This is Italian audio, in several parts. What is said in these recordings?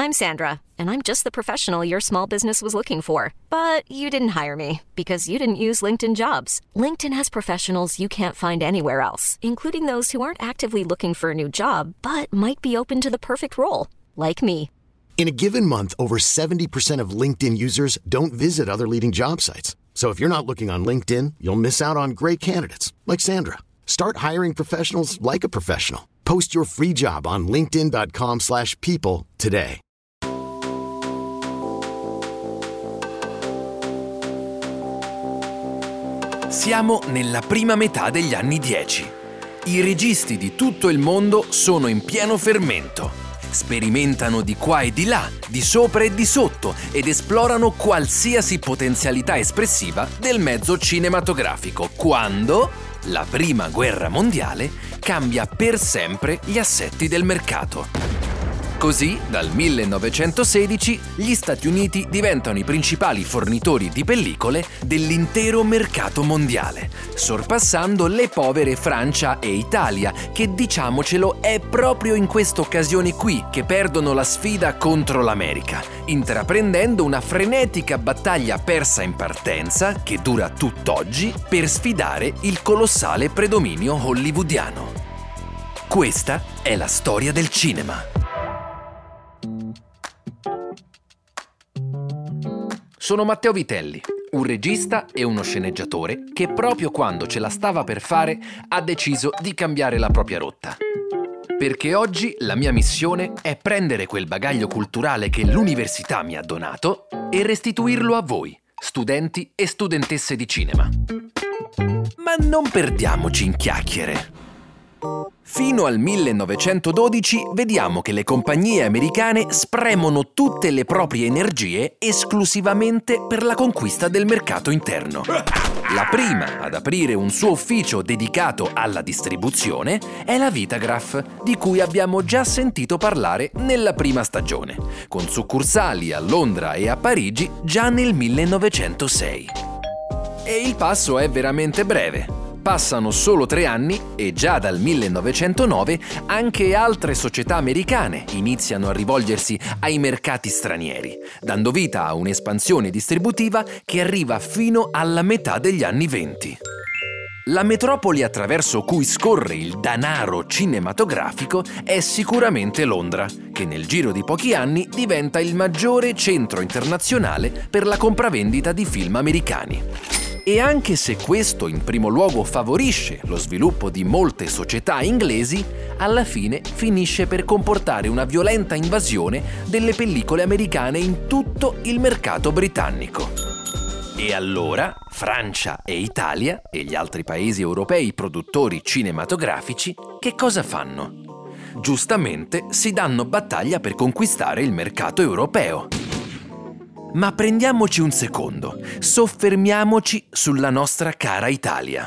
I'm Sandra, and I'm just the professional your small business was looking for. But you didn't hire me because you didn't use LinkedIn Jobs. LinkedIn has professionals you can't find anywhere else, including those who aren't actively looking for a new job, but might be open to the perfect role, like me. In a given month, over 70% of LinkedIn users don't visit other leading job sites. So if you're not looking on LinkedIn, you'll miss out on great candidates like Sandra. Start hiring professionals like a professional. Post your free job on linkedin.com/people today. Siamo nella prima metà degli anni 10. I registi di tutto il mondo sono in pieno fermento. Sperimentano di qua e di là, di sopra e di sotto ed esplorano qualsiasi potenzialità espressiva del mezzo cinematografico, quando la Prima Guerra Mondiale cambia per sempre gli assetti del mercato. Così, dal 1916, gli Stati Uniti diventano i principali fornitori di pellicole dell'intero mercato mondiale, sorpassando le povere Francia e Italia, che, diciamocelo, è proprio in queste occasioni qui che perdono la sfida contro l'America, intraprendendo una frenetica battaglia persa in partenza, che dura tutt'oggi, per sfidare il colossale predominio hollywoodiano. Questa è la storia del cinema. Sono Matteo Vitelli, un regista e uno sceneggiatore che proprio quando ce la stava per fare ha deciso di cambiare la propria rotta. Perché oggi la mia missione è prendere quel bagaglio culturale che l'università mi ha donato e restituirlo a voi, studenti e studentesse di cinema. Ma non perdiamoci in chiacchiere. Fino al 1912 vediamo che le compagnie americane spremono tutte le proprie energie esclusivamente per la conquista del mercato interno. La prima ad aprire un suo ufficio dedicato alla distribuzione è la Vitagraph, di cui abbiamo già sentito parlare nella prima stagione, con succursali a Londra e a Parigi già nel 1906. E il passo è veramente breve. Passano solo 3 anni e già dal 1909 anche altre società americane iniziano a rivolgersi ai mercati stranieri, dando vita a un'espansione distributiva che arriva fino alla metà degli anni 20. La metropoli attraverso cui scorre il danaro cinematografico è sicuramente Londra, che nel giro di pochi anni diventa il maggiore centro internazionale per la compravendita di film americani. E anche se questo in primo luogo favorisce lo sviluppo di molte società inglesi, alla fine finisce per comportare una violenta invasione delle pellicole americane in tutto il mercato britannico. E allora Francia e Italia e gli altri paesi europei produttori cinematografici che cosa fanno? Giustamente si danno battaglia per conquistare il mercato europeo. Ma prendiamoci un secondo, soffermiamoci sulla nostra cara Italia.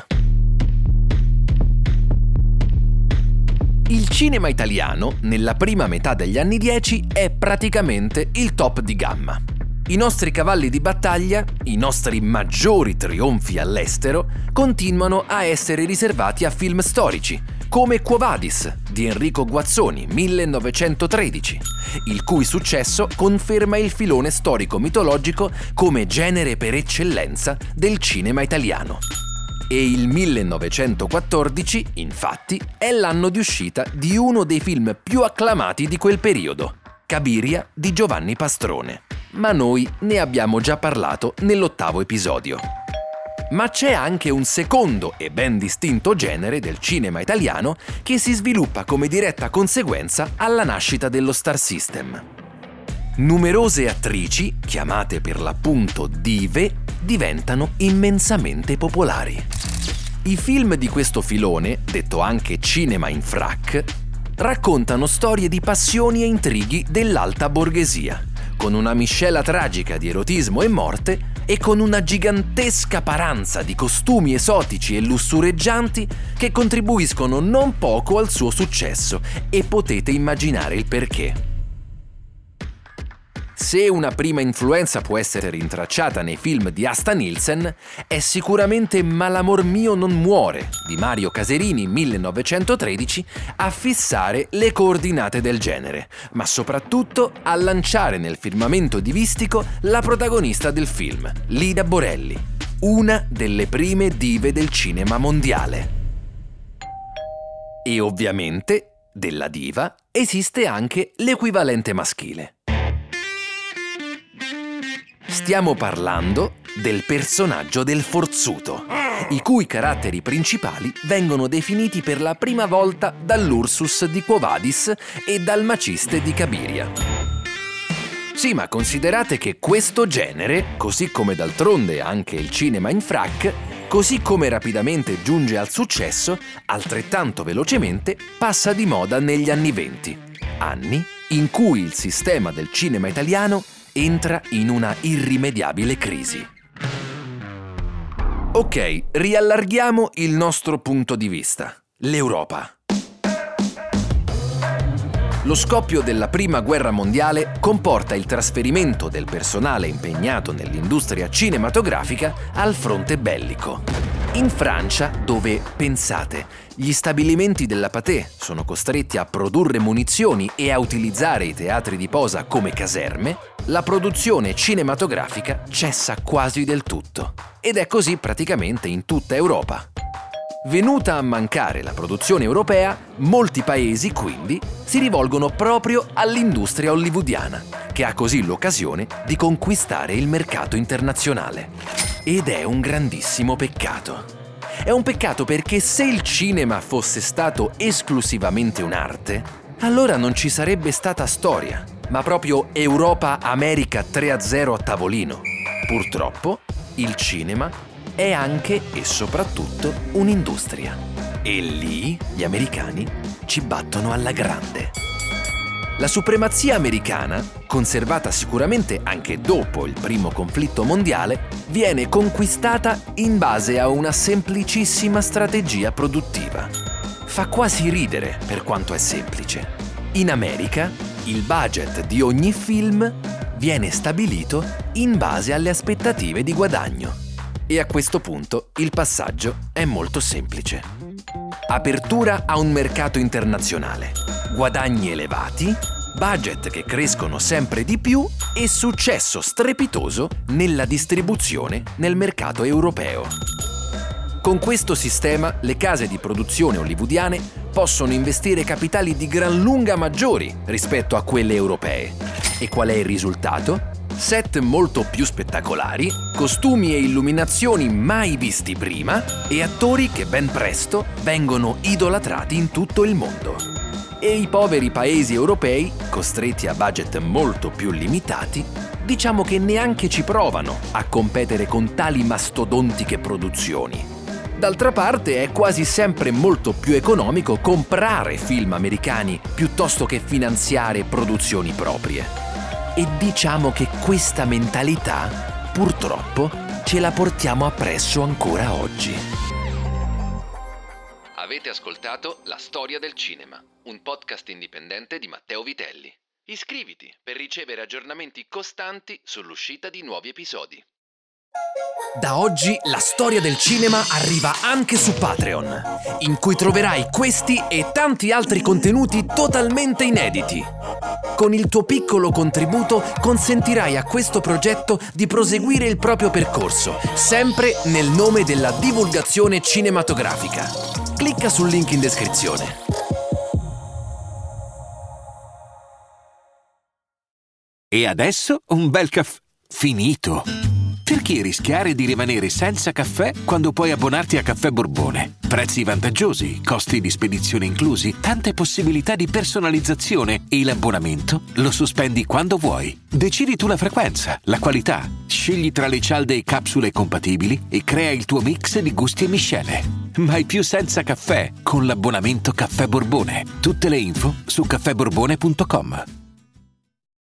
Il cinema italiano, nella prima metà degli anni 10, è praticamente il top di gamma. I nostri cavalli di battaglia, i nostri maggiori trionfi all'estero, continuano a essere riservati a film storici, come Quo Vadis di Enrico Guazzoni, 1913, il cui successo conferma il filone storico-mitologico come genere per eccellenza del cinema italiano. E il 1914, infatti, è l'anno di uscita di uno dei film più acclamati di quel periodo, Cabiria di Giovanni Pastrone. Ma noi ne abbiamo già parlato nell'8º episodio. Ma c'è anche un secondo e ben distinto genere del cinema italiano che si sviluppa come diretta conseguenza alla nascita dello Star System. Numerose attrici, chiamate per l'appunto dive, diventano immensamente popolari. I film di questo filone, detto anche cinema in frac, raccontano storie di passioni e intrighi dell'alta borghesia, con una miscela tragica di erotismo e morte e con una gigantesca paranza di costumi esotici e lussureggianti che contribuiscono non poco al suo successo, e potete immaginare il perché. se una prima influenza può essere rintracciata nei film di Asta Nielsen, è sicuramente Ma l'amor mio non muore di Mario Caserini 1913 a fissare le coordinate del genere, ma soprattutto a lanciare nel firmamento divistico la protagonista del film, Lida Borelli, una delle prime dive del cinema mondiale. E ovviamente della diva esiste anche l'equivalente maschile. Stiamo parlando del personaggio del forzuto, i cui caratteri principali vengono definiti per la prima volta dall'Ursus di Quo Vadis e dal Maciste di Cabiria. Sì, ma considerate che questo genere, così come d'altronde anche il cinema in frac, così come rapidamente giunge al successo, altrettanto velocemente passa di moda negli anni '20, anni in cui il sistema del cinema italiano entra in una irrimediabile crisi. Ok, riallarghiamo il nostro punto di vista. L'Europa. Lo scoppio della Prima Guerra Mondiale comporta il trasferimento del personale impegnato nell'industria cinematografica al fronte bellico. In Francia, dove, pensate, gli stabilimenti della Pathé sono costretti a produrre munizioni e a utilizzare i teatri di posa come caserme, la produzione cinematografica cessa quasi del tutto. Ed è così praticamente in tutta Europa. Venuta a mancare la produzione europea, molti paesi, quindi, si rivolgono proprio all'industria hollywoodiana, che ha così l'occasione di conquistare il mercato internazionale. Ed è un grandissimo peccato. È un peccato perché se il cinema fosse stato esclusivamente un'arte, allora non ci sarebbe stata storia, ma proprio Europa-America 3-0 a tavolino. Purtroppo, il cinema è anche e soprattutto un'industria. E lì gli americani ci battono alla grande. La supremazia americana, conservata sicuramente anche dopo il primo conflitto mondiale, viene conquistata in base a una semplicissima strategia produttiva. Fa quasi ridere per quanto è semplice. In America, il budget di ogni film viene stabilito in base alle aspettative di guadagno. E a questo punto il passaggio è molto semplice. Apertura a un mercato internazionale, guadagni elevati, budget che crescono sempre di più e successo strepitoso nella distribuzione nel mercato europeo. Con questo sistema le case di produzione hollywoodiane possono investire capitali di gran lunga maggiori rispetto a quelle europee. E qual è il risultato? Set molto più spettacolari, costumi e illuminazioni mai visti prima e attori che ben presto vengono idolatrati in tutto il mondo. E i poveri paesi europei, costretti a budget molto più limitati, diciamo che neanche ci provano a competere con tali mastodontiche produzioni. D'altra parte è quasi sempre molto più economico comprare film americani piuttosto che finanziare produzioni proprie. E diciamo che questa mentalità, purtroppo, ce la portiamo appresso ancora oggi. Avete ascoltato La Storia del Cinema, un podcast indipendente di Matteo Vitelli. Iscriviti per ricevere aggiornamenti costanti sull'uscita di nuovi episodi. Da oggi la storia del cinema arriva anche su Patreon, in cui troverai questi e tanti altri contenuti totalmente inediti. Con il tuo piccolo contributo consentirai a questo progetto di proseguire il proprio percorso, sempre nel nome della divulgazione cinematografica. Clicca sul link in descrizione. E adesso un bel caffè finito. Perché rischiare di rimanere senza caffè quando puoi abbonarti a Caffè Borbone? Prezzi vantaggiosi, costi di spedizione inclusi, tante possibilità di personalizzazione e l'abbonamento lo sospendi quando vuoi. Decidi tu la frequenza, la qualità, scegli tra le cialde e capsule compatibili e crea il tuo mix di gusti e miscele. Mai più senza caffè con l'abbonamento Caffè Borbone. Tutte le info su caffèborbone.com.